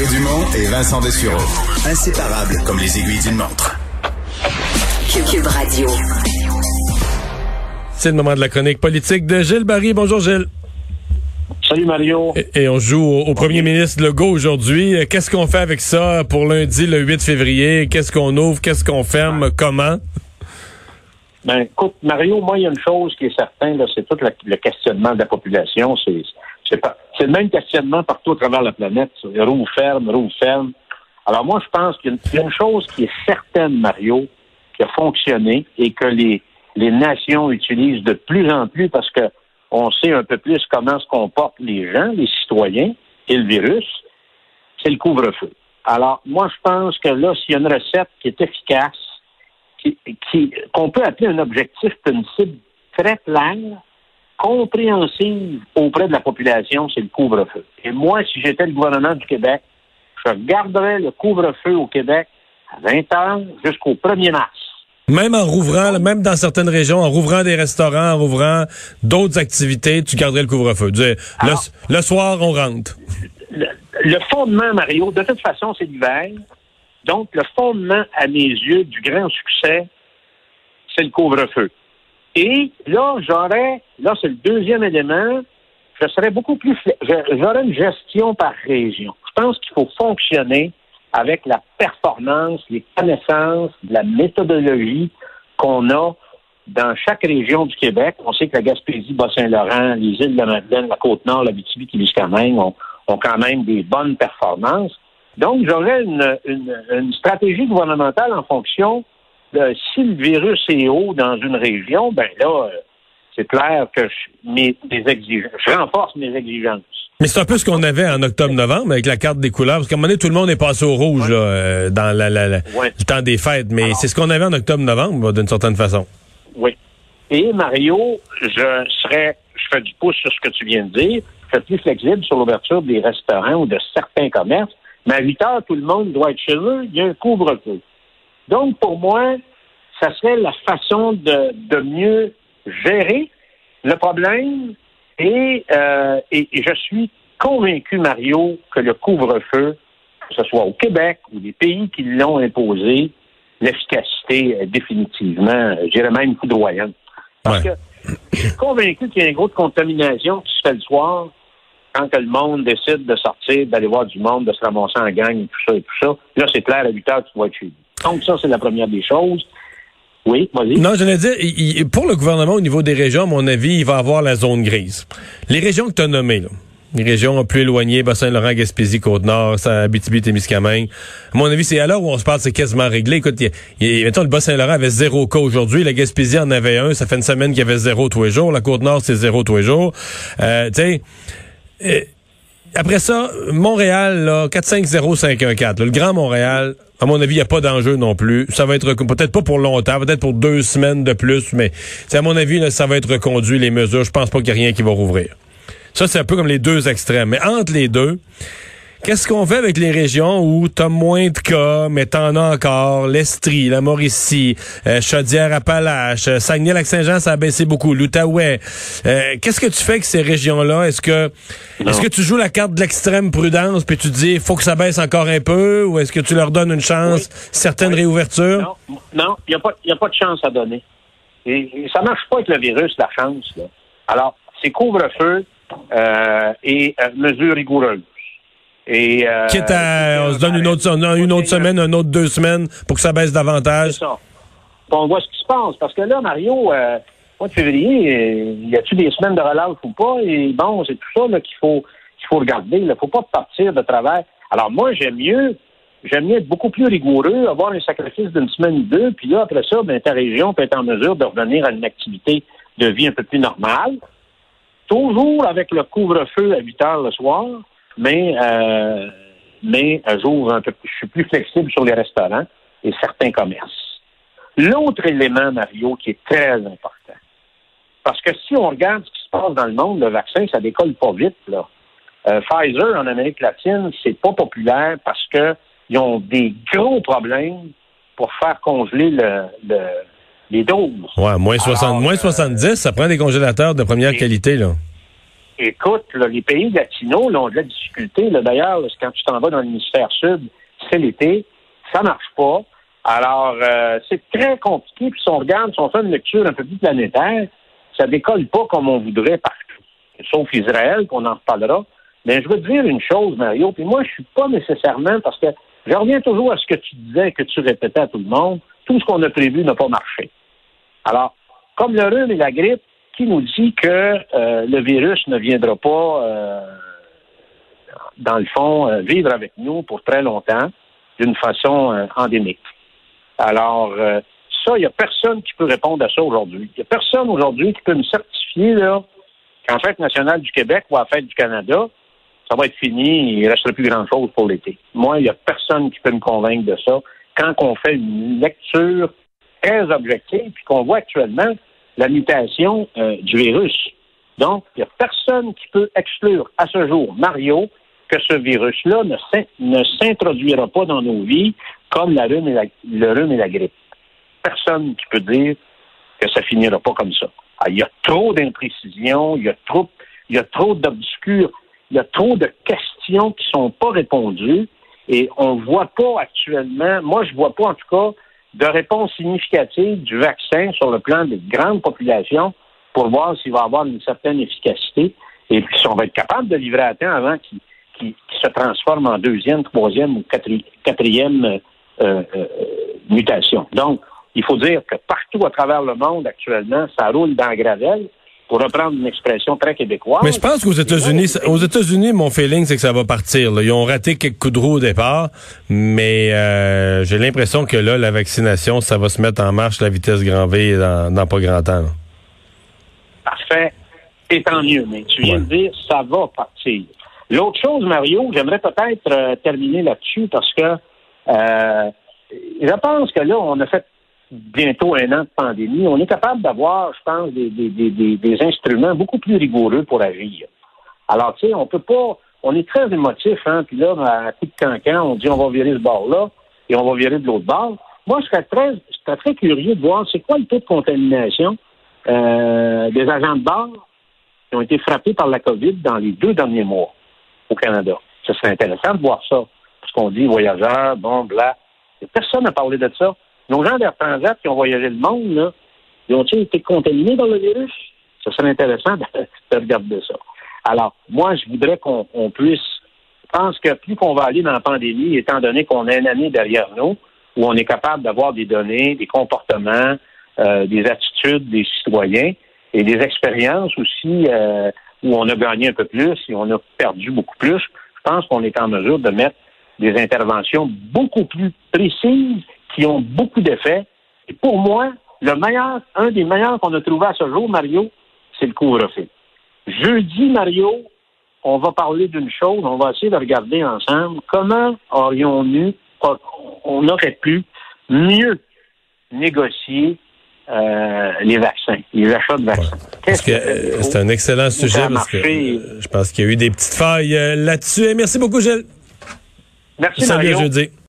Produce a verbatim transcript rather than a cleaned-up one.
Mario Dumont et Vincent Dessureau. Inséparables comme les aiguilles d'une montre. Cube Radio. C'est le moment de la chronique politique de Gilles Barry. Bonjour Gilles. Salut Mario. Et, et on joue au, au premier ministre Legault aujourd'hui. Qu'est-ce qu'on fait avec ça pour lundi le huit février? Qu'est-ce qu'on ouvre? Qu'est-ce qu'on ferme? Comment? Ben, écoute, Mario, moi, il y a une chose qui est certaine, là, c'est tout le, le questionnement de la population. C'est, c'est, pas, c'est le même questionnement partout à travers la planète. Roue ferme, roue ferme. Alors moi, je pense qu'il y a, une, il y a une chose qui est certaine, Mario, qui a fonctionné et que les, les nations utilisent de plus en plus parce que on sait un peu plus comment se comportent les gens, les citoyens et le virus, c'est le couvre-feu. Alors, moi, je pense que là, s'il y a une recette qui est efficace, Qui, qui, qu'on peut appeler un objectif, une cible très claire, compréhensive auprès de la population, c'est le couvre-feu. Et moi, si j'étais le gouvernement du Québec, je garderais le couvre-feu au Québec à vingt heures jusqu'au premier mars. Même en rouvrant, même dans certaines régions, en rouvrant des restaurants, en rouvrant d'autres activités, tu garderais le couvre-feu. Le, Alors, le soir, on rentre. Le, le fondement, Mario, de toute façon, c'est l'hiver. Donc, le fondement, à mes yeux, du grand succès, c'est le couvre-feu. Et là, j'aurais, là, c'est le deuxième élément, je serais beaucoup plus, j'aurais une gestion par région. Je pense qu'il faut fonctionner avec la performance, les connaissances, la méthodologie qu'on a dans chaque région du Québec. On sait que la Gaspésie, Bas-Saint-Laurent, les îles de la Madeleine, la Côte-Nord, la Abitibi-Témiscamingue ont, ont quand même des bonnes performances. Donc, j'aurais une, une, une stratégie gouvernementale en fonction de si le virus est haut dans une région, ben là, c'est clair que je, mes, mes exigences, je renforce mes exigences. Mais c'est un peu ce qu'on avait en octobre-novembre avec la carte des couleurs, parce qu'à un moment donné, tout le monde est passé au rouge ouais. là, euh, dans la, la, la, ouais. le temps des fêtes, mais Alors, c'est ce qu'on avait en octobre-novembre, d'une certaine façon. Oui. Et Mario, je serais, je fais du pouce sur ce que tu viens de dire, je serais plus flexible sur l'ouverture des restaurants ou de certains commerces. Mais à huit heures, tout le monde doit être chez eux, il y a un couvre-feu. Donc, pour moi, ça serait la façon de, de mieux gérer le problème et, euh, et, et je suis convaincu, Mario, que le couvre-feu, que ce soit au Québec ou les pays qui l'ont imposé, l'efficacité est définitivement, je dirais même foudroyante. Parce ouais. que je suis convaincu qu'il y a un gros de contamination qui se fait le soir quand que le monde décide de sortir, d'aller voir du monde, de se ramasser en gang et tout ça et tout ça. Là, c'est clair, à huit heures, tu vas être chez lui. Donc, ça, c'est la première des choses. Oui, vas-y. Non, j'allais dire, il, il, pour le gouvernement, au niveau des régions, à mon avis, il va avoir la zone grise. Les régions que tu as nommées, là, les régions plus éloignées, Bas-Saint-Laurent, Gaspésie, Côte-Nord, Abitibi-Témiscamingue, à mon avis, c'est à l'heure où on se parle, c'est quasiment réglé. Écoute, il, il, mettons, le Bas-Saint-Laurent avait zéro cas aujourd'hui, la Gaspésie en avait un, ça fait une semaine qu'il y avait zéro tous les jours, la Côte-Nord, c'est zéro tous les jours. Euh, tu sais, euh, après ça, Montréal, là, quatre cinq zéro cinq un quatre. Là, le Grand Montréal, à mon avis, il n'y a pas d'enjeu non plus. Ça va être peut-être pas pour longtemps, peut-être pour deux semaines de plus, mais à mon avis, là, ça va être reconduit, les mesures. Je pense pas qu'il y a rien qui va rouvrir. Ça, c'est un peu comme les deux extrêmes. Mais entre les deux, qu'est-ce qu'on fait avec les régions où t'as moins de cas, mais t'en as encore? L'Estrie, la Mauricie, euh, Chaudière-Appalaches, euh, Saguenay-Lac-Saint-Jean, ça a baissé beaucoup. L'Outaouais. Euh, qu'est-ce que tu fais avec ces régions-là? Est-ce que non. est-ce que tu joues la carte de l'extrême prudence puis tu te dis faut que ça baisse encore un peu, ou est-ce que tu leur donnes une chance, oui. certaines oui. réouvertures? Non, non, il n'y a pas, il y a pas de chance à donner. Et, et ça marche pas avec le virus, la chance, là. Alors, c'est couvre-feu euh, et euh, mesures rigoureuses. Et, euh, Quitte à, on se donne une autre, une autre semaine, une autre deux semaines pour que ça baisse davantage. C'est ça. On voit ce qui se passe. Parce que là, Mario, euh, mois de février, euh, y a-tu des semaines de relâche ou pas? Et bon, c'est tout ça là, qu'il faut qu'il faut regarder. Il ne faut pas partir de travers. Alors moi, j'aime mieux, j'aime mieux être beaucoup plus rigoureux, avoir un sacrifice d'une semaine ou deux, puis là, après ça, ben, ta région peut être en mesure de revenir à une activité de vie un peu plus normale. Toujours avec le couvre-feu à huit heures le soir. Mais, euh, mais j'ouvre un peu, je suis plus flexible sur les restaurants et certains commerces. L'autre élément, Mario, qui est très important, parce que si on regarde ce qui se passe dans le monde, le vaccin, ça décolle pas vite, là. Euh, Pfizer, en Amérique latine, c'est pas populaire parce que ils ont des gros problèmes pour faire congeler le, le, les doses. Ouais, moins soixante, moins soixante-dix, ça prend des congélateurs de première et, qualité, là. écoute, là, les pays latinos là, ont de la difficulté. Là, d'ailleurs, quand tu t'en vas dans l'hémisphère sud, c'est l'été, ça marche pas. Alors, euh, c'est très compliqué. Puis si on regarde, si on fait une lecture un peu plus planétaire, ça décolle pas comme on voudrait partout. Sauf Israël, qu'on en reparlera. Mais je veux te dire une chose, Mario, puis moi, je suis pas nécessairement, parce que je reviens toujours à ce que tu disais, que tu répétais à tout le monde, tout ce qu'on a prévu n'a pas marché. Alors, comme le rhume et la grippe, qui nous dit que euh, le virus ne viendra pas, euh, dans le fond, euh, vivre avec nous pour très longtemps, d'une façon euh, endémique. Alors, euh, ça, il n'y a personne qui peut répondre à ça aujourd'hui. Il n'y a personne aujourd'hui qui peut me certifier là, qu'en Fête nationale du Québec ou à la Fête du Canada, ça va être fini, il ne restera plus grand-chose pour l'été. Moi, il n'y a personne qui peut me convaincre de ça. Quand on fait une lecture très objective, puis qu'on voit actuellement la mutation euh, du virus. Donc, il n'y a personne qui peut exclure à ce jour, Mario, que ce virus-là ne, ne s'introduira pas dans nos vies comme la rhume et la, le rhume et la grippe. Personne qui peut dire que ça finira pas comme ça. Alors, il y a trop d'imprécisions, il y a trop, il y a trop d'obscurs, il y a trop de questions qui sont pas répondues et on voit pas actuellement, moi je vois pas en tout cas de réponse significative du vaccin sur le plan des grandes populations pour voir s'il va avoir une certaine efficacité et puis si on va être capable de livrer à temps avant qu'il, qu'il, qu'il se transforme en deuxième, troisième ou quatri, quatrième euh, euh, mutation. Donc, il faut dire que partout à travers le monde actuellement, ça roule dans la gravelle. Pour reprendre une expression très québécoise. Mais je pense qu'aux États-Unis, aux États-Unis, mon feeling, c'est que ça va partir. Là. Ils ont raté quelques coups de roue au départ, mais euh, j'ai l'impression que là, la vaccination, ça va se mettre en marche à la vitesse grand V dans, dans pas grand temps. Là. Parfait. Et tant mieux, mais tu viens ouais. de dire, ça va partir. L'autre chose, Mario, j'aimerais peut-être euh, terminer là-dessus parce que euh, je pense que là, on a fait bientôt un an de pandémie, on est capable d'avoir, je pense, des, des, des, des instruments beaucoup plus rigoureux pour agir. Alors, tu sais, on peut pas, on est très émotif, hein, puis là, à coup de cancan, on dit on va virer ce bord-là et on va virer de l'autre bord. Moi, je serais très, je serais très curieux de voir c'est quoi le taux de contamination euh, des agents de bord qui ont été frappés par la COVID dans les deux derniers mois au Canada. Ce serait intéressant de voir ça, parce qu'on dit voyageurs, bon, bla. Personne n'a parlé de ça. Nos gens d'Air Transat qui ont voyagé le monde, là, ils ont-ils été contaminés par le virus? Ce serait intéressant de, de regarder ça. Alors, moi, je voudrais qu'on on puisse... Je pense que plus qu'on va aller dans la pandémie, étant donné qu'on a une année derrière nous, où on est capable d'avoir des données, des comportements, euh, des attitudes des citoyens et des expériences aussi euh, où on a gagné un peu plus et on a perdu beaucoup plus, je pense qu'on est en mesure de mettre des interventions beaucoup plus précises qui ont beaucoup d'effets. Et pour moi, le meilleur, un des meilleurs qu'on a trouvé à ce jour, Mario, c'est le couvre-feu. Jeudi, Mario, on va parler d'une chose, on va essayer de regarder ensemble comment aurions-nous, on aurait pu mieux négocier euh, les vaccins, les achats de vaccins. Ouais. Parce que, que c'est un excellent sujet, parce que je pense qu'il y a eu des petites failles euh, là-dessus. Et merci beaucoup, Gilles. Merci, Salut, Mario. à jeudi.